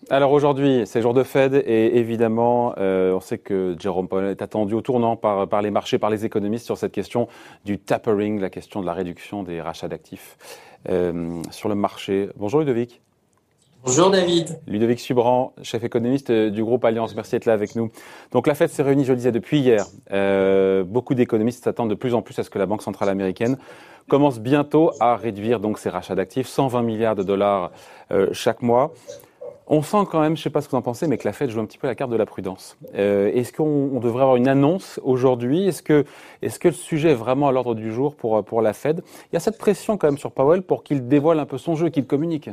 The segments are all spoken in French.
Alors aujourd'hui, c'est jour de Fed et évidemment, on sait que Jérôme Powell est attendu au tournant par les marchés, par les économistes sur cette question du tapering, la question de la réduction des rachats d'actifs sur le marché. Bonjour Ludovic. Bonjour David. Ludovic Subran, chef économiste du groupe Alliance. Merci d'être là avec nous. Donc la Fed s'est réunie, je le disais, depuis hier. Beaucoup d'économistes s'attendent de plus en plus à ce que la Banque centrale américaine commence bientôt à réduire donc ses rachats d'actifs, 120 milliards de dollars chaque mois. On sent quand même, je ne sais pas ce que vous en pensez, mais que la Fed joue un petit peu la carte de la prudence. Est-ce qu'on devrait avoir une annonce aujourd'hui ? Est-ce que le sujet est vraiment à l'ordre du jour pour la Fed ? Il y a cette pression quand même sur Powell pour qu'il dévoile un peu son jeu, qu'il communique.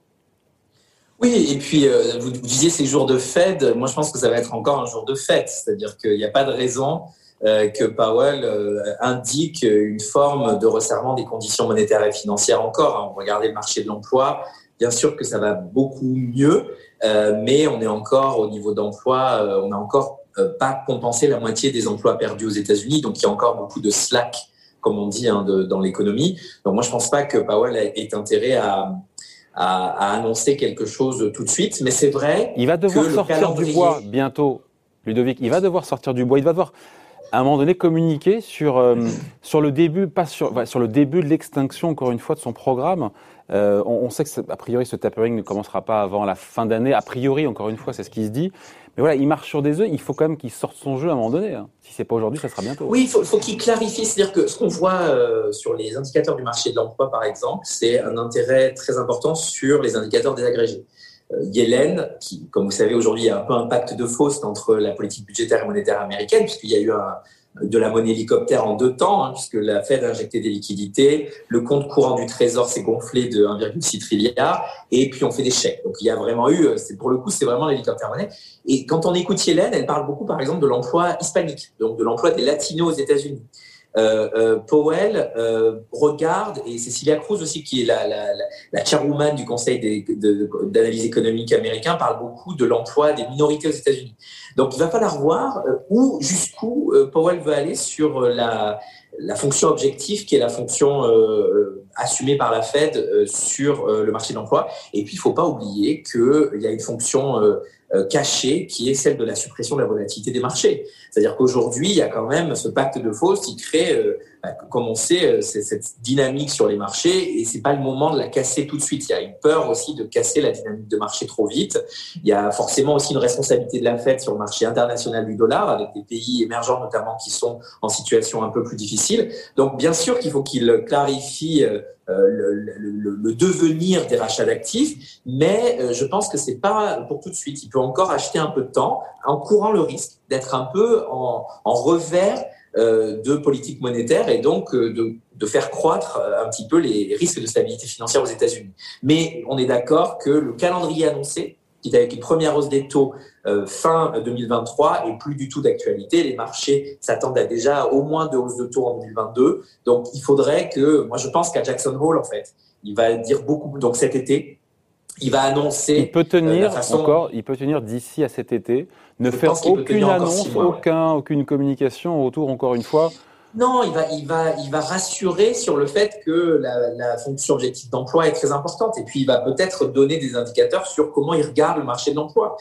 Oui, et puis vous disiez ces jours de Fed, moi je pense que ça va être encore un jour de fête, c'est-à-dire qu'il n'y a pas de raison que Powell indique une forme de resserrement des conditions monétaires et financières encore. Regardez le marché de l'emploi, bien sûr que ça va beaucoup mieux, mais on est encore au niveau d'emploi, on n'a encore pas compensé la moitié des emplois perdus aux États-Unis, donc il y a encore beaucoup de slack, comme on dit, dans l'économie. Donc moi je ne pense pas que Powell ait intérêt à annoncer quelque chose tout de suite, mais c'est vrai. Il va devoir sortir du bois bientôt, Ludovic. Il va devoir sortir du bois. Il va devoir, à un moment donné, communiquer sur le début, sur le début de l'extinction, encore une fois, de son programme. On sait que, a priori, ce tapering ne commencera pas avant la fin d'année. A priori, encore une fois, c'est ce qui se dit. Mais voilà, il marche sur des œufs. Il faut quand même qu'il sorte son jeu à un moment donné. Si c'est pas aujourd'hui, ça sera bientôt. Oui, il faut qu'il clarifie. C'est-à-dire que ce qu'on voit sur les indicateurs du marché de l'emploi, par exemple, c'est un intérêt très important sur les indicateurs désagrégés. Yellen, qui, comme vous savez, aujourd'hui, il y a un peu un pacte de Faust entre la politique budgétaire et monétaire américaine, puisqu'il y a eu de la monnaie hélicoptère en 2 temps, puisque la Fed a injecté des liquidités, le compte courant du Trésor s'est gonflé de 1,6 trilliard, et puis on fait des chèques. Donc il y a vraiment eu, pour le coup, c'est vraiment l'hélicoptère monnaie. Et quand on écoute Yellen, elle parle beaucoup, par exemple, de l'emploi hispanique, donc de l'emploi des latinos aux États-Unis. Powell regarde, et Cecilia Cruz aussi, qui est la chairwoman du Conseil d'analyse économique américain, parle beaucoup de l'emploi des minorités aux États-Unis. Donc il va falloir voir jusqu'où Powell veut aller sur la fonction objective, qui est la fonction assumée par la Fed sur le marché de l'emploi. Et puis il ne faut pas oublier qu'il y a une fonction cachée qui est celle de la suppression de la volatilité des marchés. C'est-à-dire qu'aujourd'hui, il y a quand même ce pacte de Faust qui crée, comme on sait, cette dynamique sur les marchés, et c'est pas le moment de la casser tout de suite. Il y a une peur aussi de casser la dynamique de marché trop vite. Il y a forcément aussi une responsabilité de la Fed sur le marché international du dollar, avec des pays émergents notamment qui sont en situation un peu plus difficile. Donc bien sûr qu'il faut qu'il clarifie le devenir des rachats d'actifs, mais je pense que c'est pas pour tout de suite. Il peut encore acheter un peu de temps en courant le risque d'être un peu en revers de politique monétaire, et donc de faire croître un petit peu les risques de stabilité financière aux États-Unis. Mais on est d'accord que le calendrier annoncé, qui est avec une première hausse des taux fin 2023, est plus du tout d'actualité. Les marchés s'attendent à déjà au moins 2 hausses de taux en 2022. Donc il faudrait que, moi je pense qu'à Jackson Hole, en fait, il va dire beaucoup, donc cet été, il va annoncer. Il peut tenir il peut tenir d'ici à cet été, ne faire aucune annonce, aucune communication autour, encore une fois. Non, il va rassurer sur le fait que la fonction objective d'emploi est très importante, et puis il va peut-être donner des indicateurs sur comment il regarde le marché de l'emploi.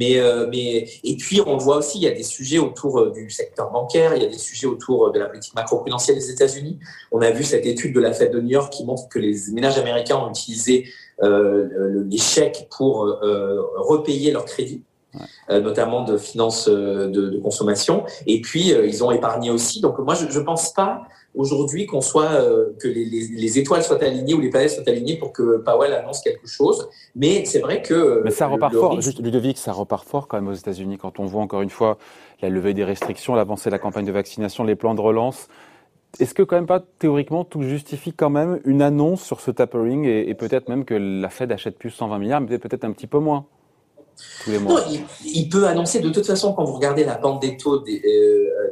Et puis on le voit aussi, il y a des sujets autour du secteur bancaire, il y a des sujets autour de la politique macro-prudentielle des États-Unis. On a vu cette étude de la Fed de New York qui montre que les ménages américains ont utilisé les chèques pour repayer leurs crédits. Notamment de finances de consommation, et puis ils ont épargné aussi. Donc moi je pense pas aujourd'hui que les étoiles soient alignées ou les planètes soient alignées pour que Powell annonce quelque chose, mais c'est vrai que mais ça repart fort, juste Ludovic, ça repart fort quand même aux États-Unis quand on voit encore une fois la levée des restrictions, l'avancée de la campagne de vaccination, les plans de relance. Est-ce que quand même pas, théoriquement, tout justifie quand même une annonce sur ce tapering, et peut-être même que la Fed achète plus 120 milliards, mais peut-être un petit peu moins tous les mois? Non, il peut annoncer de toute façon, quand vous regardez la pente des taux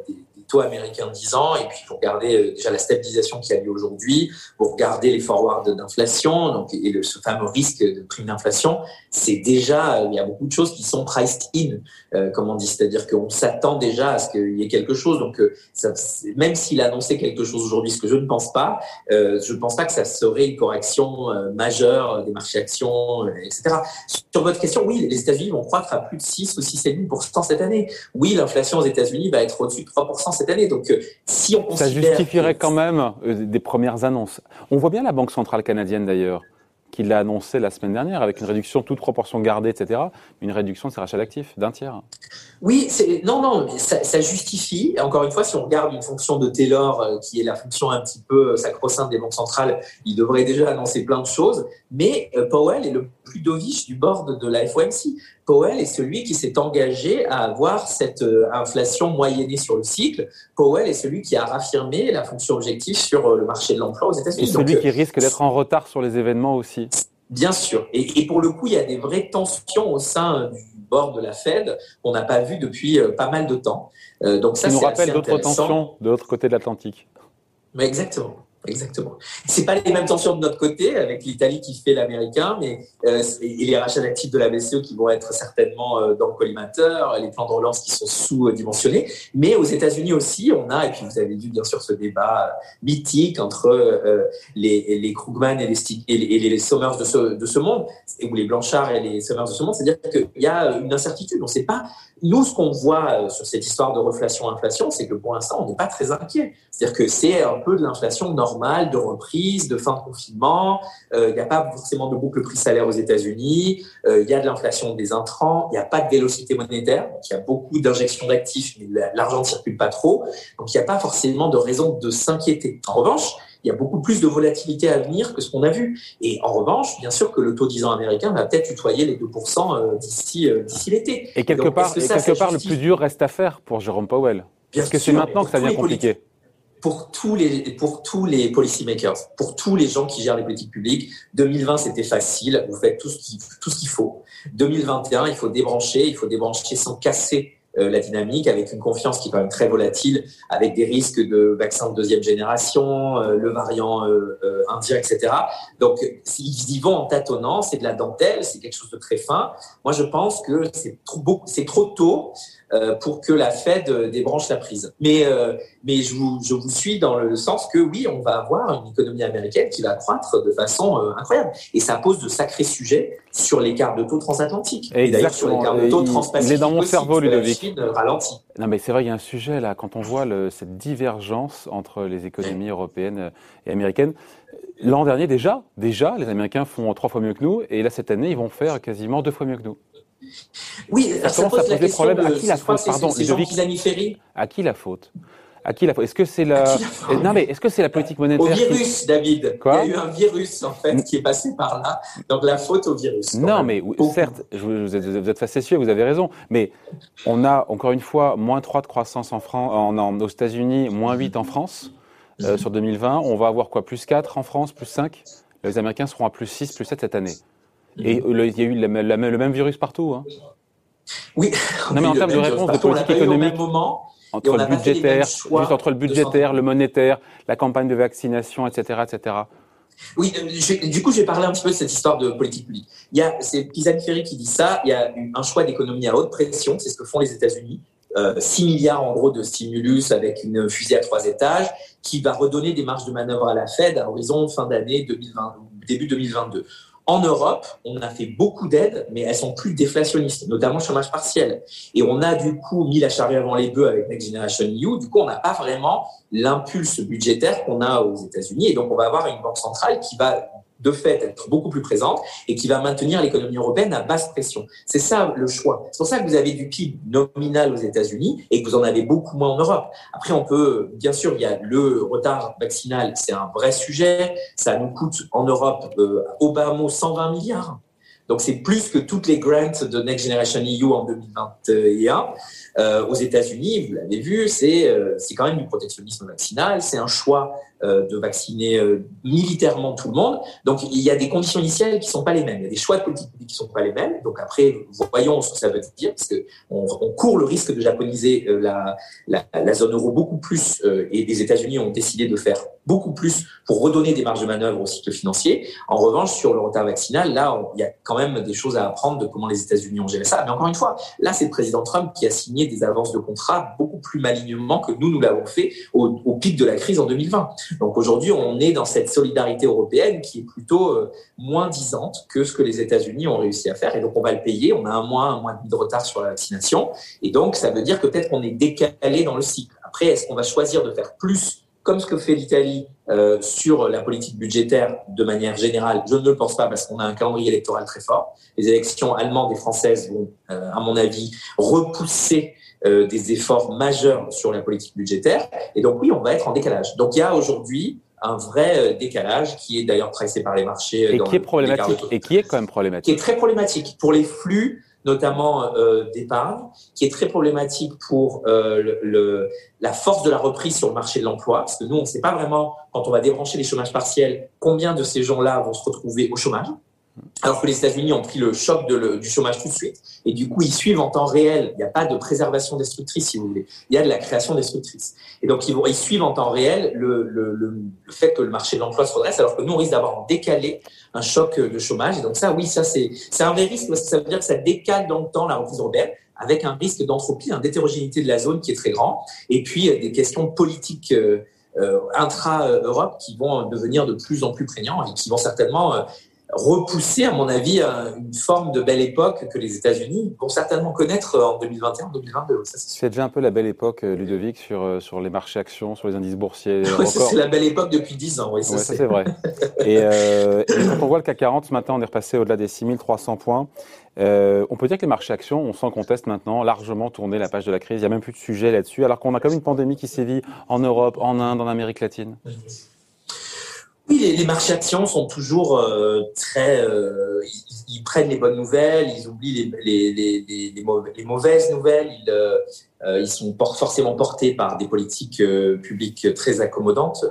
taux américain de 10 ans, et puis vous regardez déjà la stabilisation qui a lieu aujourd'hui, vous regardez les forwards d'inflation, donc, et ce fameux risque de prime d'inflation, c'est déjà, il y a beaucoup de choses qui sont priced in, comme on dit, c'est-à-dire qu'on s'attend déjà à ce qu'il y ait quelque chose. Donc, même s'il annonçait quelque chose aujourd'hui, ce que je ne pense pas, je ne pense pas que ça serait une correction majeure des marchés actions, etc. Sur votre question, oui, les États-Unis vont croître à plus de 6 ou 6,5% cette année. Oui, l'inflation aux États-Unis va être au-dessus de 3% cette année. Donc, si on considère... Ça justifierait quand même des premières annonces. On voit bien la Banque centrale canadienne, d'ailleurs, qui l'a annoncé la semaine dernière, avec une réduction, toute proportion gardée, etc., une réduction de ses rachats d'actifs d'un tiers. Oui, non, mais ça justifie. Encore une fois, si on regarde une fonction de Taylor, qui est la fonction un petit peu sacro-sainte des banques centrales, il devrait déjà annoncer plein de choses. Mais Powell est le plus dovish du board de la FOMC. Powell est celui qui s'est engagé à avoir cette inflation moyennée sur le cycle. Powell est celui qui a raffirmé la fonction objective sur le marché de l'emploi aux États-Unis. Et celui qui risque d'être en retard sur les événements aussi. Bien sûr. Et pour le coup, il y a des vraies tensions au sein du board de la Fed qu'on n'a pas vu depuis pas mal de temps. Donc ça, nous c'est rappelle assez d'autres tensions de l'autre côté de l'Atlantique. Mais exactement. C'est pas les mêmes tensions de notre côté avec l'Italie qui fait l'américain, mais et les rachats d'actifs de la BCE qui vont être certainement dans le collimateur, les plans de relance qui sont sous-dimensionnés. Mais aux États-Unis aussi, on a, et puis vous avez vu bien sûr ce débat mythique entre les Krugman et les Summers de ce monde, ou les Blanchard et les Summers de ce monde, c'est-à-dire qu'il y a une incertitude. On ne sait pas. Nous, ce qu'on voit sur cette histoire de reflation-inflation, c'est que pour l'instant, on n'est pas très inquiet. C'est-à-dire que c'est un peu de l'inflation normale, de reprise, de fin de confinement. Il n'y a pas forcément de boucle prix-salaire aux États-Unis. Il y a de l'inflation des intrants. Il n'y a pas de vélocité monétaire. Donc, il y a beaucoup d'injections d'actifs, mais l'argent ne circule pas trop. Donc, il n'y a pas forcément de raison de s'inquiéter. En revanche, il y a beaucoup plus de volatilité à venir que ce qu'on a vu. Et en revanche, bien sûr que le taux 10 ans américain va peut-être tutoyer les 2% d'ici l'été. Et quelque part, le plus dur reste à faire pour Jérôme Powell. Parce que c'est maintenant que ça devient compliqué. Pour tous les policy makers, pour tous les gens qui gèrent les politiques publiques, 2020 c'était facile, vous faites tout ce qu'il faut. 2021, il faut débrancher sans casser la dynamique, avec une confiance qui est quand même très volatile, avec des risques de vaccins de deuxième génération, le variant indien, etc. Donc, s'ils y vont en tâtonnant, c'est de la dentelle, c'est quelque chose de très fin. Moi, je pense que c'est trop tôt pour que la Fed débranche la prise. Mais je vous suis dans le sens que oui, on va avoir une économie américaine qui va croître de façon incroyable. Et ça pose de sacrés sujets sur l'écart de taux transatlantique. Et d'ailleurs, sur l'écart de taux transpacifique. Il est dans mon cerveau, Ludovic. La Chine ralentit. Non, mais c'est vrai, il y a un sujet là, quand on voit cette divergence entre les économies européennes et américaines. L'an dernier, déjà, les Américains font 3 fois mieux que nous, et là, cette année, ils vont faire quasiment 2 fois mieux que nous. Oui, ça pose la question de... À qui la faute, pardon, Ludovic, à qui la faute? Est-ce que c'est est-ce que c'est la politique monétaire? Au virus, David. Quoi? Il y a eu un virus, en fait, qui est passé par là. Donc, la faute au virus. Non, mais certes, vous êtes facétieux, vous avez raison. Mais on a, encore une fois, -3 de croissance aux États-Unis, -8 en France, sur 2020. On va avoir quoi? +4 en France, +5? Les Américains seront à +6, +7 cette année. Et il y a eu le même virus partout. Hein. Oui. Non, mais en termes de réponse de politique économique, entre le budgétaire, le monétaire, la campagne de vaccination, etc., etc. Oui, du coup, je vais parler un petit peu de cette histoire de politique publique. C'est Pisani-Ferry qui dit ça. Il y a un choix d'économie à haute pression, c'est ce que font les États-Unis. 6 milliards en gros de stimulus avec une fusée à 3 étages qui va redonner des marges de manœuvre à la Fed à horizon fin d'année 2020, début 2022. En Europe, on a fait beaucoup d'aides, mais elles sont plus déflationnistes, notamment le chômage partiel. Et on a du coup mis la charrue avant les bœufs avec Next Generation EU. Du coup, on n'a pas vraiment l'impulse budgétaire qu'on a aux États-Unis. Et donc, on va avoir une banque centrale qui va de fait être beaucoup plus présente et qui va maintenir l'économie européenne à basse pression. C'est ça le choix. C'est pour ça que vous avez du PIB nominal aux États-Unis et que vous en avez beaucoup moins en Europe. Après, bien sûr, il y a le retard vaccinal, c'est un vrai sujet. Ça nous coûte en Europe au bas mot 120 milliards. Donc c'est plus que toutes les grants de Next Generation EU en 2021. Aux États-Unis, vous l'avez vu, c'est quand même du protectionnisme vaccinal, c'est un choix de vacciner militairement tout le monde. Donc il y a des conditions initiales qui sont pas les mêmes, il y a des choix de politique publique qui sont pas les mêmes. Donc après, voyons ce que ça veut dire, parce que on court le risque de japoniser la zone euro beaucoup plus, et les États-Unis ont décidé de faire beaucoup plus pour redonner des marges de manœuvre au cycle financier. En revanche, sur le retard vaccinal, là, il y a quand même des choses à apprendre de comment les États-Unis ont géré ça. Mais encore une fois, là, c'est le président Trump qui a signé des avances de contrat beaucoup plus malignement que nous l'avons fait au pic de la crise en 2020. Donc aujourd'hui, on est dans cette solidarité européenne qui est plutôt moins disante que ce que les États-Unis ont réussi à faire. Et donc, on va le payer. On a un mois et demi de retard sur la vaccination. Et donc, ça veut dire que peut-être qu'on est décalé dans le cycle. Après, est-ce qu'on va choisir de faire plus comme ce que fait l'Italie sur la politique budgétaire de manière générale? Je ne le pense pas, parce qu'on a un calendrier électoral très fort. Les élections allemandes et françaises vont, à mon avis, repousser des efforts majeurs sur la politique budgétaire. Et donc oui, on va être en décalage. Donc il y a aujourd'hui un vrai décalage qui est d'ailleurs tracé par les marchés. Et qui est problématique, et qui est quand même problématique. Qui est très problématique pour les flux, notamment d'épargne, qui est très problématique pour la force de la reprise sur le marché de l'emploi, parce que nous, on ne sait pas vraiment, quand on va débrancher les chômages partiels, combien de ces gens-là vont se retrouver au chômage, alors que les États-Unis ont pris le choc du chômage tout de suite, et du coup, ils suivent en temps réel. Il n'y a pas de préservation destructrice, si vous voulez. Il y a de la création destructrice. Et donc, ils suivent en temps réel le fait que le marché de l'emploi se redresse, alors que nous, on risque d'avoir en décalé un choc de chômage. Et donc ça, oui, ça c'est un vrai risque, parce que ça veut dire que ça décale dans le temps la reprise européenne, avec un risque d'entropie, d'hétérogénéité de la zone qui est très grand, et puis des questions politiques intra-Europe qui vont devenir de plus en plus prégnants et qui vont certainement repousser, à mon avis, une forme de belle époque que les États-Unis vont certainement connaître en 2021-2022. C'est déjà un peu la belle époque, Ludovic, sur les marchés actions, sur les indices boursiers. Oui, c'est la belle époque depuis 10 ans. Oui, ça c'est vrai. Et quand on voit le CAC 40, ce matin, on est repassé au-delà des 6300 points. On peut dire que les marchés actions, on s'en conteste maintenant, largement tourné la page de la crise. Il n'y a même plus de sujet là-dessus, alors qu'on a quand même une pandémie qui sévit en Europe, en Inde, en Amérique latine. Oui, les marchés actions sont toujours très... ils prennent les bonnes nouvelles, ils oublient les mauvaises nouvelles, ils sont forcément portés par des politiques publiques très accommodantes.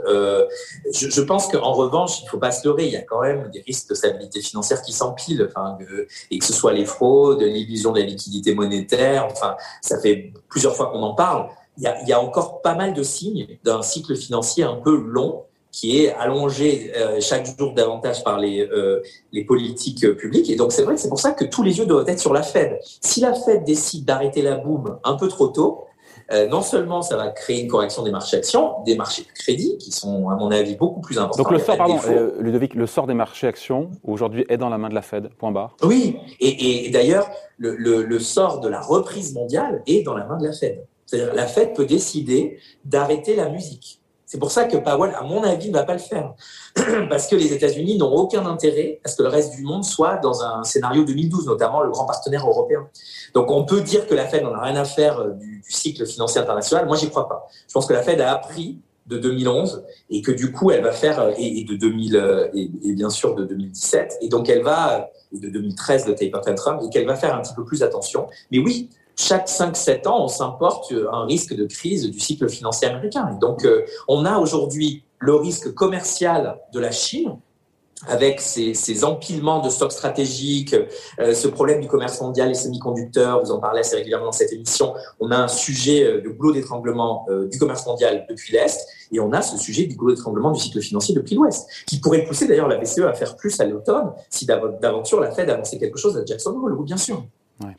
Je pense qu'en revanche, il ne faut pas se leurrer, il y a quand même des risques de stabilité financière qui s'empilent, et que ce soit les fraudes, l'illusion de la liquidité monétaire, ça fait plusieurs fois qu'on en parle. Il y a encore pas mal de signes d'un cycle financier un peu long, qui est allongé chaque jour davantage par les politiques publiques. Et donc, c'est vrai que c'est pour ça que tous les yeux doivent être sur la Fed. Si la Fed décide d'arrêter la boum un peu trop tôt, non seulement ça va créer une correction des marchés actions, des marchés de crédit, qui sont, à mon avis, beaucoup plus importants. Donc, Ludovic, le sort des marchés actions, aujourd'hui, est dans la main de la Fed, point barre. Oui, et d'ailleurs, le sort de la reprise mondiale est dans la main de la Fed. C'est-à-dire, la Fed peut décider d'arrêter la musique. C'est pour ça que Powell, à mon avis, ne va pas le faire. Parce que les États-Unis n'ont aucun intérêt à ce que le reste du monde soit dans un scénario 2012, notamment le grand partenaire européen. Donc, on peut dire que la Fed n'en a rien à faire du cycle financier international. Moi, j'y crois pas. Je pense que la Fed a appris de 2011 et que du coup, elle va faire, et de 2000, et bien sûr de 2017, et donc elle va, et de 2013, le taper tantrum, et qu'elle va faire un petit peu plus attention. Mais oui, chaque 5-7 ans, on s'importe un risque de crise du cycle financier américain. Et donc, on a aujourd'hui le risque commercial de la Chine, avec ces empilements de stocks stratégiques, ce problème du commerce mondial, les semi-conducteurs, vous en parlez assez régulièrement dans cette émission, on a un sujet de goulot d'étranglement du commerce mondial depuis l'Est, et on a ce sujet du goulot d'étranglement du cycle financier depuis l'Ouest, qui pourrait pousser d'ailleurs la BCE à faire plus à l'automne, si d'aventure la Fed avançait quelque chose à Jackson Hole, oui, bien sûr. Ouais.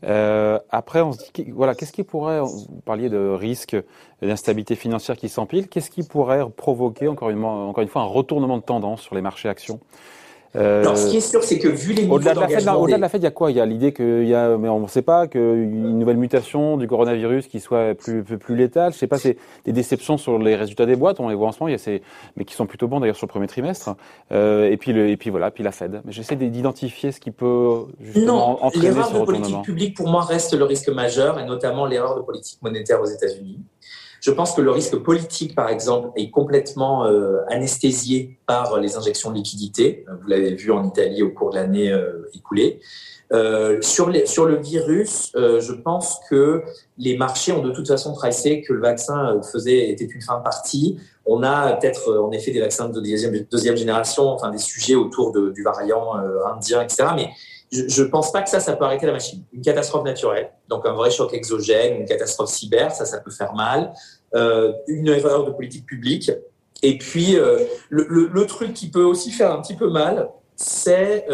Après, on se dit, voilà, qu'est-ce qui pourrait, vous parliez de risque d'instabilité financière qui s'empile, qu'est-ce qui pourrait provoquer, encore une fois, un retournement de tendance sur les marchés actions? Alors, ce qui est sûr, c'est que vu les niveaux d'engagement... Au-delà de la Fed, il y a quoi? Il y a l'idée qu'il y a, mais on ne sait pas, qu'une nouvelle mutation du coronavirus qui soit plus létale. Je ne sais pas, c'est des déceptions sur les résultats des boîtes. On les voit en ce moment, mais qui sont plutôt bons d'ailleurs sur le premier trimestre. Et puis la Fed. Mais j'essaie d'identifier ce qui peut justement entraîner ce retournement. L'erreur de politique publique, pour moi, reste le risque majeur, et notamment l'erreur de politique monétaire aux États-Unis. Je pense que le risque politique, par exemple, est complètement anesthésié par les injections de liquidités. Vous l'avez vu en Italie au cours de l'année écoulée. Sur le virus, je pense que les marchés ont de toute façon tracé que le vaccin était une fin de partie. On a peut-être en effet des vaccins de deuxième génération, enfin des sujets autour du variant indien, etc. Mais je pense pas que ça peut arrêter la machine. Une catastrophe naturelle, donc un vrai choc exogène, une catastrophe cyber, ça peut faire mal. Une erreur de politique publique. Et puis, le truc qui peut aussi faire un petit peu mal, c'est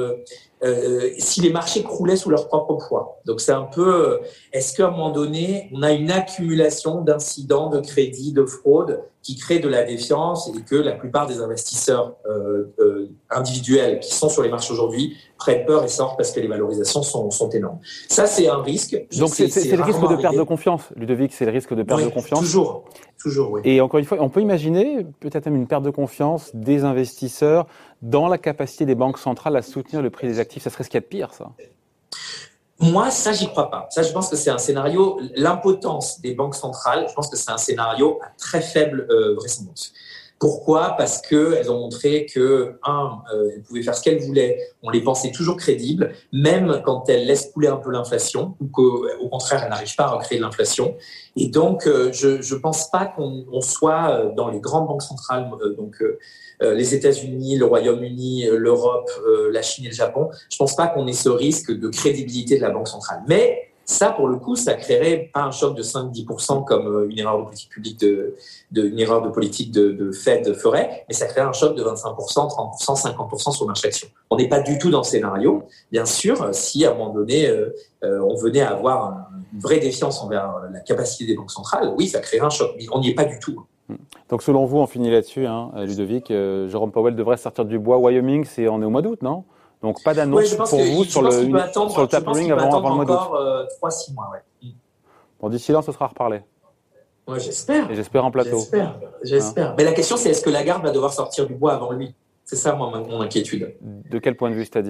si les marchés croulaient sous leur propre poids. Donc, c'est un peu, est-ce qu'à un moment donné, on a une accumulation d'incidents, de crédits, de fraudes qui créent de la défiance et que la plupart des investisseurs individuels qui sont sur les marchés aujourd'hui prennent peur et sortent parce que les valorisations sont énormes. Ça, c'est un risque. Donc, c'est le risque de perte de confiance, Ludovic, c'est le risque de perte de confiance. Toujours, oui. Et encore une fois, on peut imaginer peut-être même une perte de confiance des investisseurs dans la capacité des banques centrales à soutenir le prix des actifs. Ça serait ce qu'il y a de pire, ça? Moi, ça, j'y crois pas. Ça, je pense que c'est un scénario, l'impotence des banques centrales, je pense que c'est un scénario à très faible vraisemblance. Pourquoi ? Parce qu'elles ont montré que, elles pouvaient faire ce qu'elles voulaient, on les pensait toujours crédibles, même quand elles laissent couler un peu l'inflation, ou qu'au contraire, elles n'arrivent pas à recréer de l'inflation. Et donc, je pense pas qu'on soit dans les grandes banques centrales, les États-Unis, le Royaume-Uni, l'Europe, la Chine et le Japon, je pense pas qu'on ait ce risque de crédibilité de la banque centrale. Mais ça, pour le coup, ça créerait pas un choc de 5-10% comme une erreur de politique publique une erreur de politique de Fed ferait, mais ça créerait un choc de 25%, 30%, 50% sur le marché action. On n'est pas du tout dans ce scénario. Bien sûr, si à un moment donné, on venait à avoir une vraie défiance envers la capacité des banques centrales, oui, ça créerait un choc. Mais on n'y est pas du tout. Donc, selon vous, on finit là-dessus, Ludovic, Jérôme Powell devrait sortir du bois. Wyoming, on est au mois d'août, non ? Donc, pas d'annonce pour vous sur le tapering avant le mois d'août. Encore 3-6 mois, ouais. Bon, d'ici là, ce sera reparlé. Ouais, j'espère. Et j'espère en plateau. J'espère. Mais la question, c'est est-ce que Lagarde va devoir sortir du bois avant lui ? C'est ça, mon inquiétude. De quel point de vue, c'est-à-dire ?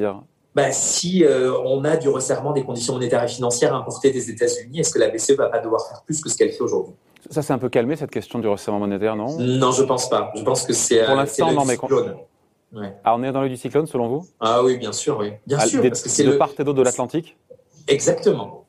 Si on a du resserrement des conditions monétaires et financières importées des États-Unis, est-ce que la BCE va pas devoir faire plus que ce qu'elle fait aujourd'hui ? Ça, c'est un peu calmé, cette question du resserrement monétaire, non ? Non, je pense pas. Je pense que c'est pour l'instant, non, mais cyclone. Ouais. Alors, on est dans l'œil du cyclone, selon vous ? Ah oui, bien sûr, oui. Bien sûr. Parce que c'est de part et d'autre de l'Atlantique ? Exactement.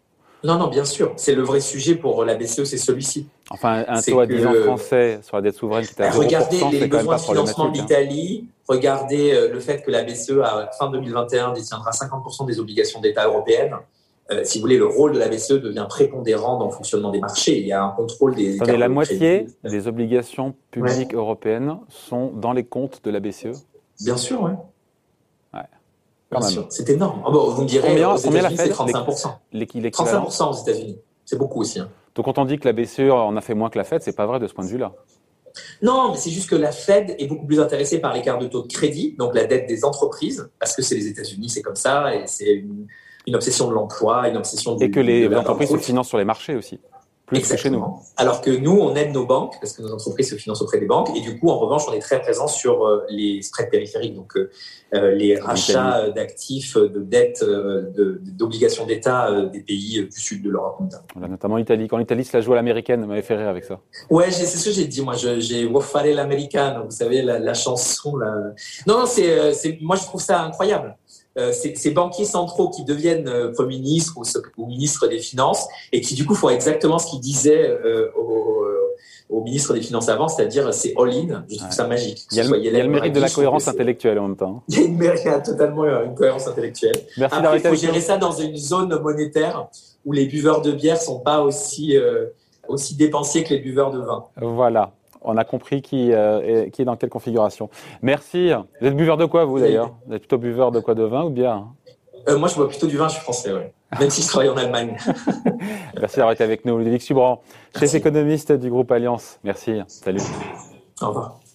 Non, bien sûr. C'est le vrai sujet pour la BCE, c'est celui-ci. Enfin, un taux à 10 ans français sur la dette souveraine qui est à 0%, regardez les c'est quand même besoins pas de financement de problématique. l'Italie. Regardez le fait que la BCE, à fin 2021, détiendra 50% des obligations d'État européennes. Si vous voulez, le rôle de la BCE devient prépondérant dans le fonctionnement des marchés. Il y a un contrôle des... Attendez, la moitié des obligations publiques européennes sont dans les comptes de la BCE ? Bien sûr, oui. Ouais. Quand même. C'est énorme. Vous me direz, aux États-Unis, c'est 35%. 35% aux États-Unis. C'est beaucoup aussi. Donc, quand on dit que la BCE en a fait moins que la Fed, c'est pas vrai de ce point de vue-là. Non, mais c'est juste que la Fed est beaucoup plus intéressée par l'écart de taux de crédit, donc la dette des entreprises, parce que c'est les États-Unis, c'est comme ça, et c'est une obsession de l'emploi, une obsession et que les entreprises se financent sur les marchés aussi. Plus que chez nous. Alors que nous, on aide nos banques, parce que nos entreprises se financent auprès des banques, et du coup, en revanche, on est très présent sur les spreads périphériques, donc les rachats d'actifs, de dettes, d'obligations d'État des pays du sud de l'Europe. Voilà, notamment l'Italie. Quand l'Italie se la joue à l'américaine, m'avait fait rire avec ça. Ouais, c'est ce que j'ai dit, moi. J'ai Wofare l'américaine, vous savez, la chanson. Non, moi, je trouve ça incroyable. Ces banquiers centraux qui deviennent Premier ministre ou ministre des Finances et qui, du coup, font exactement ce qu'ils disaient au ministre des Finances avant, c'est-à-dire c'est all-in. Je trouve ça magique. Il y a le mérite de la cohérence intellectuelle en même temps. Il y a totalement une cohérence intellectuelle. Merci. Après, il faut gérer ça dans une zone monétaire où les buveurs de bière ne sont pas aussi dépensiers que les buveurs de vin. Voilà. On a compris qui est dans quelle configuration. Merci. Vous êtes buveur de quoi, vous, d'ailleurs ? Vous êtes plutôt buveur de quoi, de vin ou de bière ? Moi, je bois plutôt du vin, je suis français, ouais. Même si je travaille en Allemagne. Merci d'avoir été avec nous. Ludovic Subran, chef économiste du groupe Allianz. Merci. Salut. Au revoir.